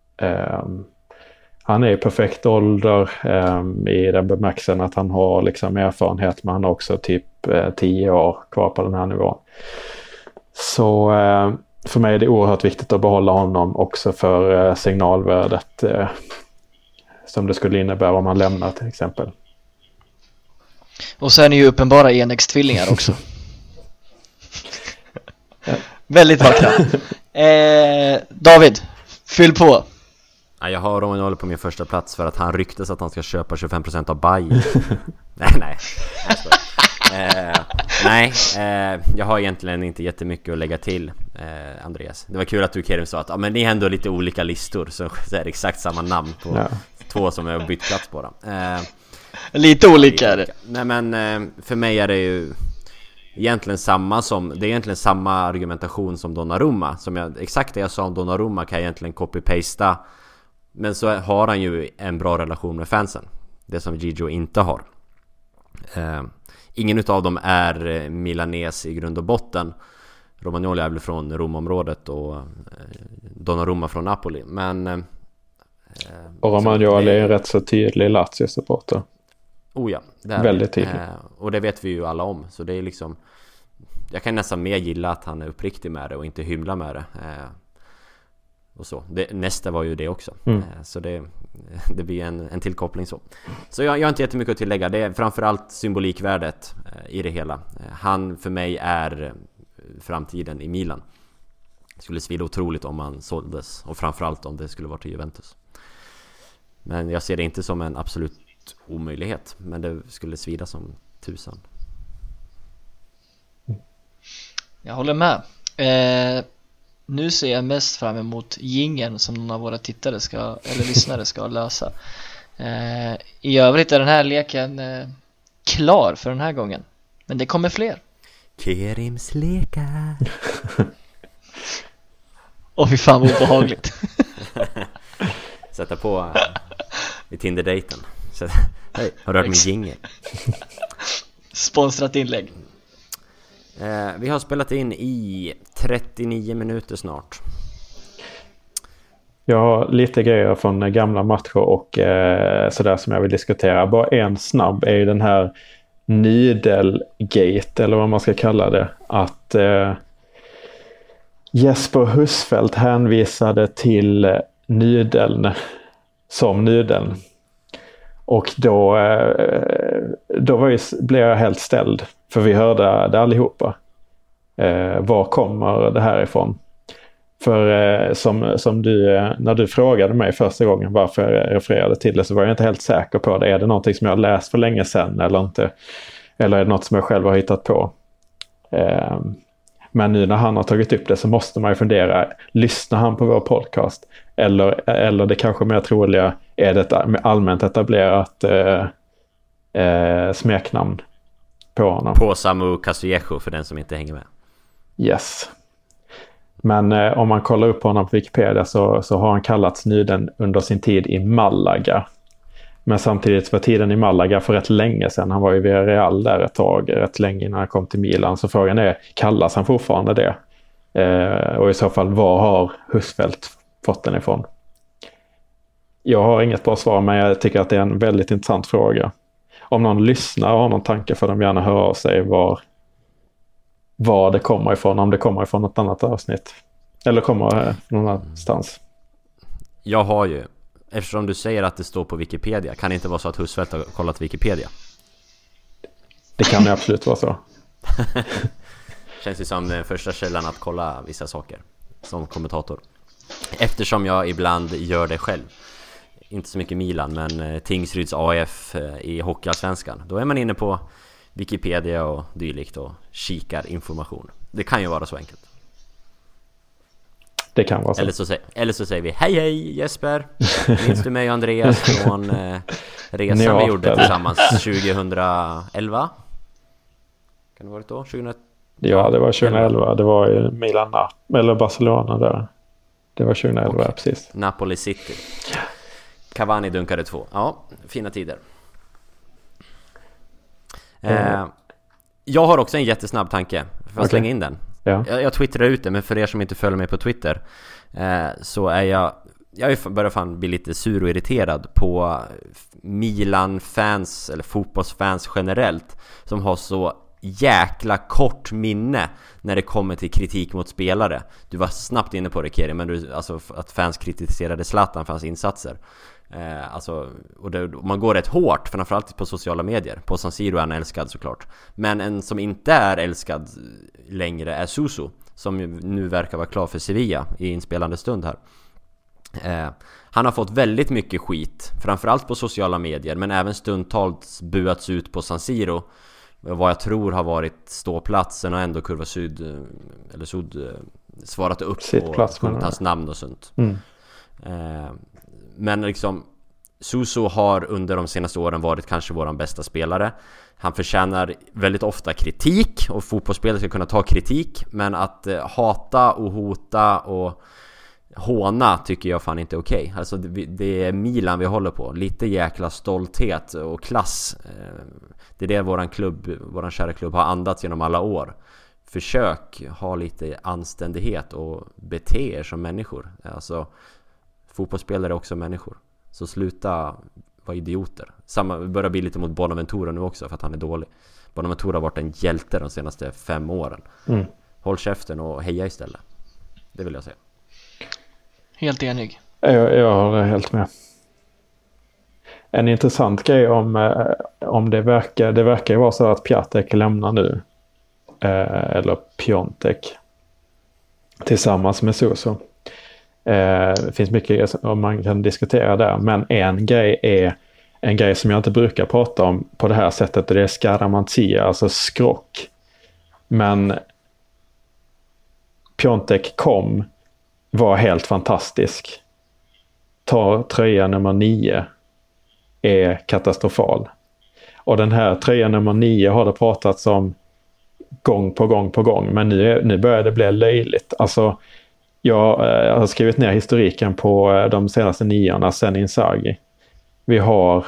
B: Han är i perfekt ålder i den bemärkelsen att han har liksom erfarenhet, men han har också typ 10 år kvar på den här nivån. Så för mig är det oerhört viktigt att behålla honom också för signalvärdet som det skulle innebära om han lämnar till exempel.
C: Och så är ni ju uppenbara enäggstvillingar också. Väldigt vackra. David, fyll på.
A: Ja, jag har Romagnoli på min första plats för att han ryktes att han ska köpa 25% av Bayern. Nej. Nej, jag har egentligen inte jättemycket att lägga till, Andreas. Det var kul att du, Kerim, sa att men ni är ändå lite olika listor, så är det exakt samma namn på två som jag har bytt plats på dem.
C: Lite olika är det.
A: Nej, men för mig är det ju egentligen samma argumentation som Donnarumma. Exakt det jag sa om Donnarumma kan jag egentligen copy-pasta. Men så har han ju en bra relation med fansen. Det som Gigio inte har. Ingen utav dem är milanes i grund och botten. Romagnoli är väl från Romområdet och Donnarumma från Napoli. Men
B: och Romagnoli är en rätt så tydlig Lazio-supporter.
A: Ja, det är
B: väldigt tydlig.
A: Och det vet vi ju alla om. Så det är liksom, jag kan nästan mer gilla att han är uppriktig med det och inte hymla med det. Och så. Nästa var ju det också. Så det blir en tillkoppling så. Så jag har inte jättemycket att tillägga. Det är framförallt symbolikvärdet i det hela. Han för mig är framtiden i Milan. Det skulle svida otroligt om han såldes. Och framförallt om det skulle vara till Juventus. Men jag ser det inte som en absolut omöjlighet. Men det skulle svida som tusan.
C: Jag håller med. Nu ser jag mest fram emot jingeln som någon av våra tittare eller lyssnare ska lösa. I övrigt är den här leken klar för den här gången. Men det kommer fler.
A: Kerims lekar.
C: Åh, fy fan vad obehagligt.
A: Sätta på i Tinder-dejten. Hej, har du hört min jingle?
C: Sponsrat inlägg.
A: Vi har spelat in i 39 minuter snart.
B: Jag har lite grejer från gamla matcher och sådär som jag vill diskutera. Bara en snabb är ju den här Nydelgate, eller vad man ska kalla det. Att Jesper Husfeldt hänvisade till Nydeln som Nydeln. Och då blev jag helt ställd. För vi hörde det allihopa. Var kommer det här ifrån? För som du, när du frågade mig första gången varför jag refererade till det, så var jag inte helt säker på det. Är det någonting som jag har läst för länge sedan eller inte? Eller är det något som jag själv har hittat på? Men nu när han har tagit upp det så måste man ju fundera. Lyssnar han på vår podcast? Eller det kanske mer troliga är det ett allmänt etablerat smeknamn på honom.
A: På Samu Castillejo för den som inte hänger med.
B: Yes. Men om man kollar upp honom på Wikipedia så har han kallats nyden under sin tid i Malaga. Men samtidigt var tiden i Malaga för rätt länge sedan. Han var ju vid Real där ett tag, rätt länge innan han kom till Milan. Så frågan är, kallas han fortfarande det? Och i så fall, var har Husfeldt fått den ifrån? Jag har inget bra svar, men jag tycker att det är en väldigt intressant fråga. Om någon lyssnar och har någon tanke får de gärna höra av sig var det kommer ifrån. Om det kommer ifrån något annat avsnitt. Eller kommer någon annanstans.
A: Jag har ju, eftersom du säger att det står på Wikipedia, kan det inte vara så att Husfeldt har kollat Wikipedia?
B: Det kan ju absolut vara så.
A: Känns ju som den första källan att kolla vissa saker som kommentator. Eftersom jag ibland gör det själv. Inte så mycket Milan, men Tingsryds AF i Hockeyallsvenskan. Då är man inne på Wikipedia och dylikt och kikar information. Det kan ju vara så enkelt.
B: Det kan vara så.
A: Eller så säger vi hej Jesper. Minns du mig och Andreas från resan vi gjorde tillsammans 2011? Kan det vara då? 2010?
B: Ja, det var 2011. Det var i Milan eller Barcelona där. Det var 2011, okay. Precis.
A: Napoli City. Cavani dunkade 2. Ja, fina tider. Jag har också en jättesnabb tanke. För att slänga in den.
B: Ja.
A: Jag twittrar ut det, men för er som inte följer mig på Twitter så är jag börjar fan bli lite sur och irriterad på Milan-fans eller fotbollsfans generellt som har så jäkla kort minne när det kommer till kritik mot spelare. Du var snabbt inne på det, Keri, men alltså att fans kritiserade Zlatan för hans insatser. Och man går rätt hårt, framförallt på sociala medier. På San Siro är han älskad såklart. Men en som inte är älskad längre är Suso, som nu verkar vara klar för Sevilla i inspelande stund här. Han har fått väldigt mycket skit, framförallt på sociala medier, men även stundtals buats ut på San Siro, vad jag tror har varit ståplatsen, och ändå Kurva Syd svarat upp och sjungit hans namn och sånt. Men liksom Suso har under de senaste åren varit kanske våran bästa spelare. Han förtjänar väldigt ofta kritik, och fotbollsspelare ska kunna ta kritik, men att hata och hota och håna tycker jag fan inte är okej. Alltså det är Milan vi håller på. Lite jäkla stolthet och klass. Det är det våran kära klubb har andats genom alla år. Försök ha lite anständighet och bete er som människor. Alltså fotbollsspelare är också människor. Så sluta vara idioter. Samma börjar bli lite mot Bonaventura nu också, för att han är dålig. Bonaventura har varit en hjälte de senaste 5 åren. Håll käften och heja istället. Det vill jag säga.
C: Helt enig.
B: Jag håller helt med. En intressant grej om det verkar ju vara så att Piatek lämnar nu. Eller Piontek. Tillsammans med Suso. Det finns mycket man kan diskutera där. Men en grej som jag inte brukar prata om på det här sättet, det är Scaramanzia, alltså skrock. Men Piontek var helt fantastisk. Ta tröja nummer 9 är katastrofal. Och den här tröja nummer 9 har det pratats om gång på gång. Men nu börjar det bli löjligt. Alltså, jag har skrivit ner historiken på de senaste 9:orna sen Inzaghi. Vi har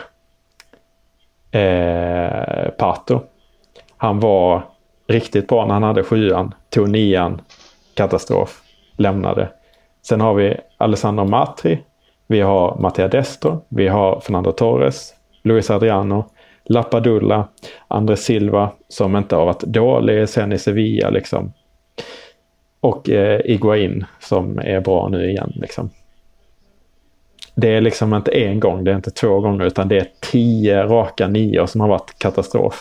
B: Pato. Han var riktigt bra när han hade 7:an. Tog 9:an. Katastrof. Lämnade. Sen har vi Alessandro Matri. Vi har Mattia Destro. Vi har Fernando Torres. Luis Adriano. Lapadula. André Silva, som inte har varit dålig sen i Sevilla liksom. Och Higuain, som är bra nu igen liksom. Det är liksom inte en gång, det är inte 2 gånger, utan det är 10 raka 9 som har varit katastrof.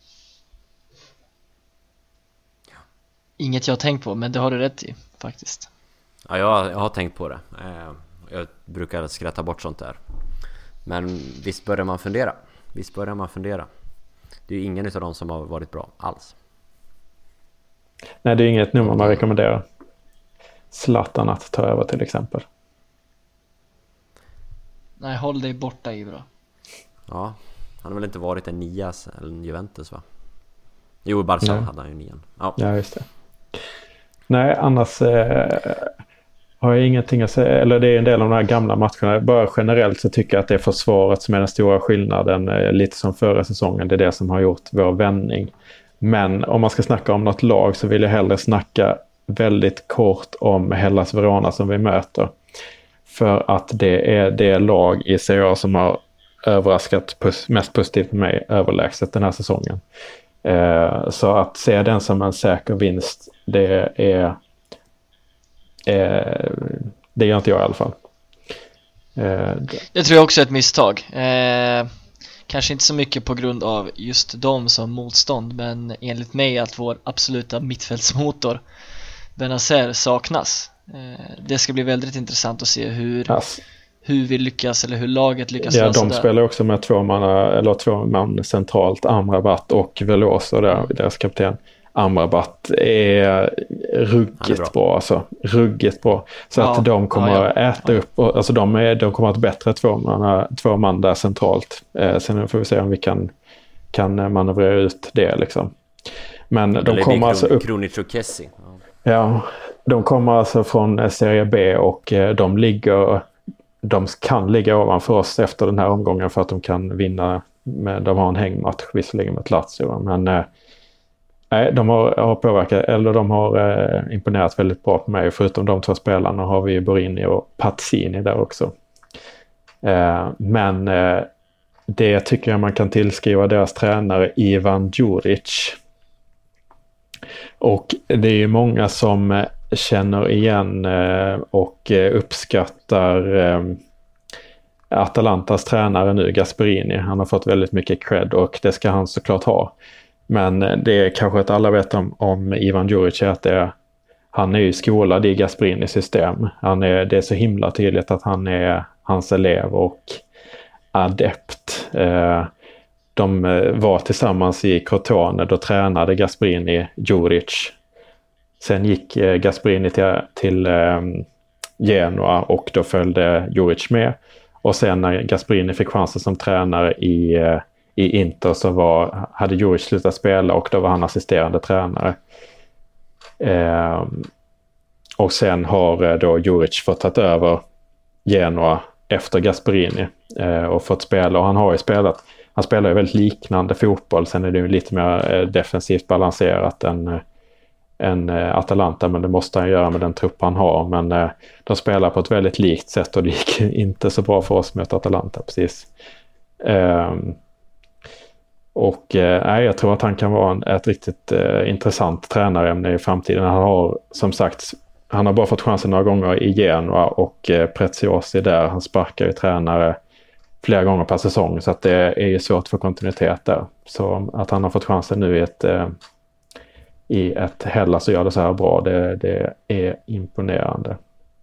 C: Inget jag har tänkt på, men det har du rätt i faktiskt.
A: Ja, jag har tänkt på det. Jag brukar skratta bort sånt där. Men visst börjar man fundera. Det är ju ingen av dem som har varit bra alls.
B: Nej, det är inget nummer man rekommenderar. Zlatan att ta över till exempel.
C: Nej, håll dig borta, Ibra.
A: Ja, han har väl inte varit en 9 eller en Juventus, va? Jo, i Barca hade han ju 9.
B: Ja, just det. Nej, annars har jag ingenting att säga. Eller det är en del av de här gamla matcherna. Bara generellt så tycker jag att det är försvaret som är den stora skillnaden. Lite som förra säsongen. Det är det som har gjort vår vändning. Men om man ska snacka om något lag så vill jag hellre snacka väldigt kort om Hellas Verona som vi möter. För att det är det lag i Serie A som har överraskat mest positivt med mig överlägset den här säsongen. Så att se den som en säker vinst, det gör inte jag i alla fall.
C: Det tror jag också är ett misstag. Kanske inte så mycket på grund av just dem som motstånd, men enligt mig att vår absoluta mittfältsmotor Benazer saknas. Det ska bli väldigt intressant att se hur vi lyckas, eller hur laget lyckas lösa det.
B: De spelar också med två man centralt, Amrabat och Veloso där, deras kapten. Amrabat är ruggigt bra, alltså. Ruggigt bra. Så att de kommer att äta upp, alltså de kommer att bättre två man där centralt. Sen får vi se om vi kan manövrera ut det liksom. Men de kommer alltså upp...
A: Kronic och Kessie.
B: Ja, de kommer alltså från Serie B och de kan ligga ovanför oss efter den här omgången för att de kan vinna. De har en hängmatch visserligen med Lazio, men nej, de har påverkat, eller de har imponerat väldigt bra på mig. Förutom de två spelarna har vi Borini och Pazzini där också. Men det tycker jag man kan tillskriva deras tränare Ivan Djuric. Och det är ju många som känner igen och uppskattar Atalantas tränare nu, Gasperini. Han har fått väldigt mycket cred och det ska han såklart ha. Men det är kanske att alla vet om Ivan Djuric att han är ju skolad i Gasperinis system. Det är så himla tydligt att han är hans elev och adept. De var tillsammans i Crotone, då tränade Gasperini Djuric. Sen gick Gasperini till Genoa och då följde Djuric med. Och sen när Gasperini fick chansen som tränare i Inter så hade Djuric slutat spela och då var han assisterande tränare. Och sen har då Djuric fått ta över Genoa efter Gasperini och fått spela. Och han spelar ju väldigt liknande fotboll. Sen är det ju lite mer defensivt balanserat än Atalanta, men det måste han göra med den trupp han har. Men de spelar på ett väldigt likt sätt och det gick inte så bra för oss mot Atalanta precis. Och jag tror att han kan vara ett riktigt intressant tränarämne i framtiden. Han har som sagt, han har bara fått chansen några gånger i Genoa och Preziosi där. Han sparkar ju tränare flera gånger per säsong så att det är ju svårt för kontinuitet där. Så att han har fått chansen nu i ett Hellas och gör det så här bra, det är imponerande.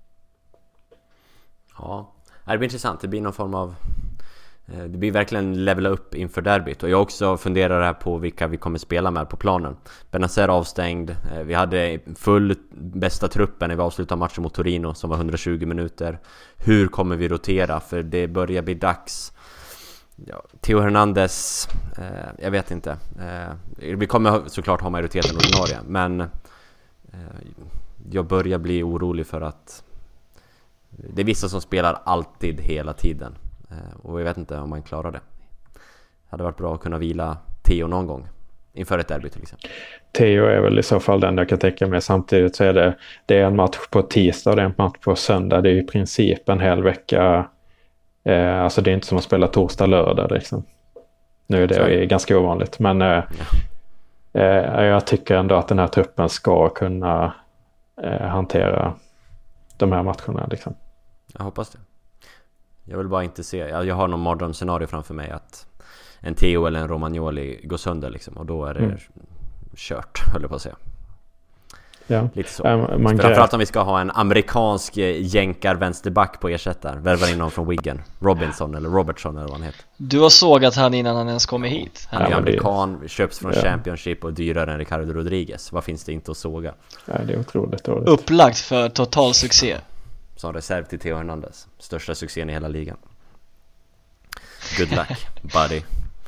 A: Ja, det blir intressant. Det blir någon form av... Det blir verkligen levela upp inför derbyt. Och jag också funderar här på vilka vi kommer spela med på planen. Benazer avstängd. Vi hade full bästa truppen när vi avslutade matchen mot Torino som var 120 minuter. Hur kommer vi rotera? För det börjar bli dags. Ja, Theo Hernandez, jag vet inte. Vi kommer såklart ha majoriteten ordinarie, men jag börjar bli orolig för att det är vissa som spelar alltid hela tiden. Och jag vet inte om man klarar det. Hade varit bra att kunna vila Theo någon gång inför ett derby till exempel.
B: Theo är väl i så fall den jag kan tänka mig. Samtidigt så är det är en match på tisdag och det är en match på söndag. Det är i princip en hel vecka. Alltså det är inte som att spela torsdag, lördag liksom. Nu är det ganska ovanligt. Men jag tycker ändå att den här truppen ska kunna hantera de här matcherna liksom.
A: Jag hoppas det. Jag vill bara inte se, jag har någon mardrömsscenario framför mig att en Theo eller en Romagnoli går sönder liksom, och då är det kört, höll jag på att säga.
B: Ja.
A: Lite så. Framförallt om vi ska ha en amerikansk jänkar vänsterback på ersättare. Värvar in någon från Wigan, Robinson eller Robertson eller vad han heter.
C: Du har sågat han innan han ens kommer hit.
A: Han är amerikan, köps från Championship och dyrare än Ricardo Rodriguez. Vad finns det inte att såga?
B: Ja, det är otroligt dåligt.
C: Upplagt för total succé.
A: Som reserv till Theo Hernandez. Största succén i hela ligan. Good luck, buddy.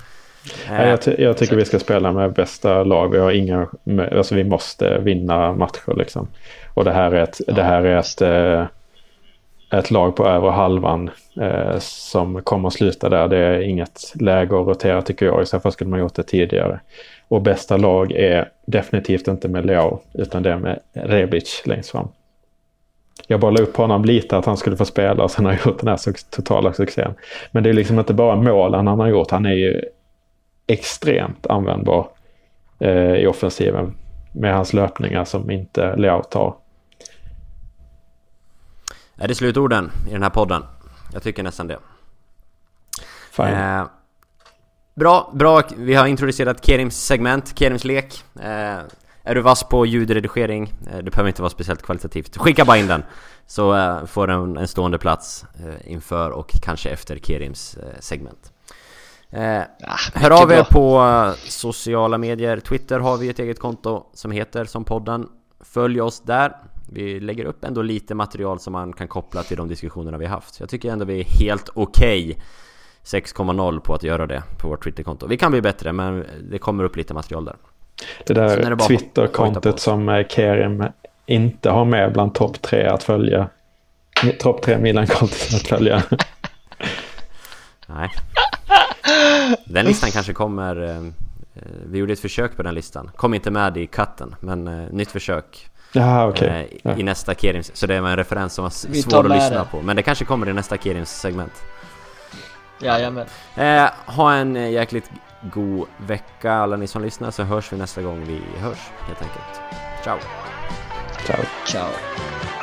B: Jag tycker vi ska spela med bästa lag. Vi har inga, alltså vi måste vinna matcher liksom. Och det här är ett lag på över halvan som kommer att sluta där. Det är inget läge att rotera tycker jag. I så fall skulle man gjort det tidigare. Och bästa lag är definitivt inte med Leao utan det är med Rebic längst fram. Jag bara la upp på honom lite att han skulle få spela och sen har jag gjort den här totala succén. Men det är liksom inte bara målen han har gjort. Han är ju extremt användbar i offensiven med hans löpningar som inte Leao tar.
A: Är det slutorden i den här podden? Jag tycker nästan det. Bra. Vi har introducerat Kerims segment, Kerims lek. Är du vass på ljudredigering? Det behöver inte vara speciellt kvalitativt. Skicka bara in den så får den en stående plats inför och kanske efter Kerims segment. Hör av er på sociala medier. Twitter har vi ett eget konto som heter som podden. Följ oss där. Vi lägger upp ändå lite material som man kan koppla till de diskussionerna vi har haft. Jag tycker ändå vi är helt okej 6,0 på att göra det på vårt Twitter-konto. Vi kan bli bättre, men det kommer upp lite material där.
B: Det där Twitter-kontot som Kerim inte har med bland topp 3 att följa. Topp 3 Milan-kontot att följa.
A: Nej. Den listan kanske kommer... Vi gjorde ett försök på den listan. Kom inte med i katten, men nytt försök.
B: Ja, okay.
A: I nästa Kerims. Så det var en referens som var svår att lyssna på. Men det kanske kommer i nästa Kerims segment.
C: Jajamän.
A: Ha en jäkligt god vecka alla ni som lyssnar, så hörs vi nästa gång vi hörs helt enkelt. Ciao.
B: Ciao.
C: Ciao.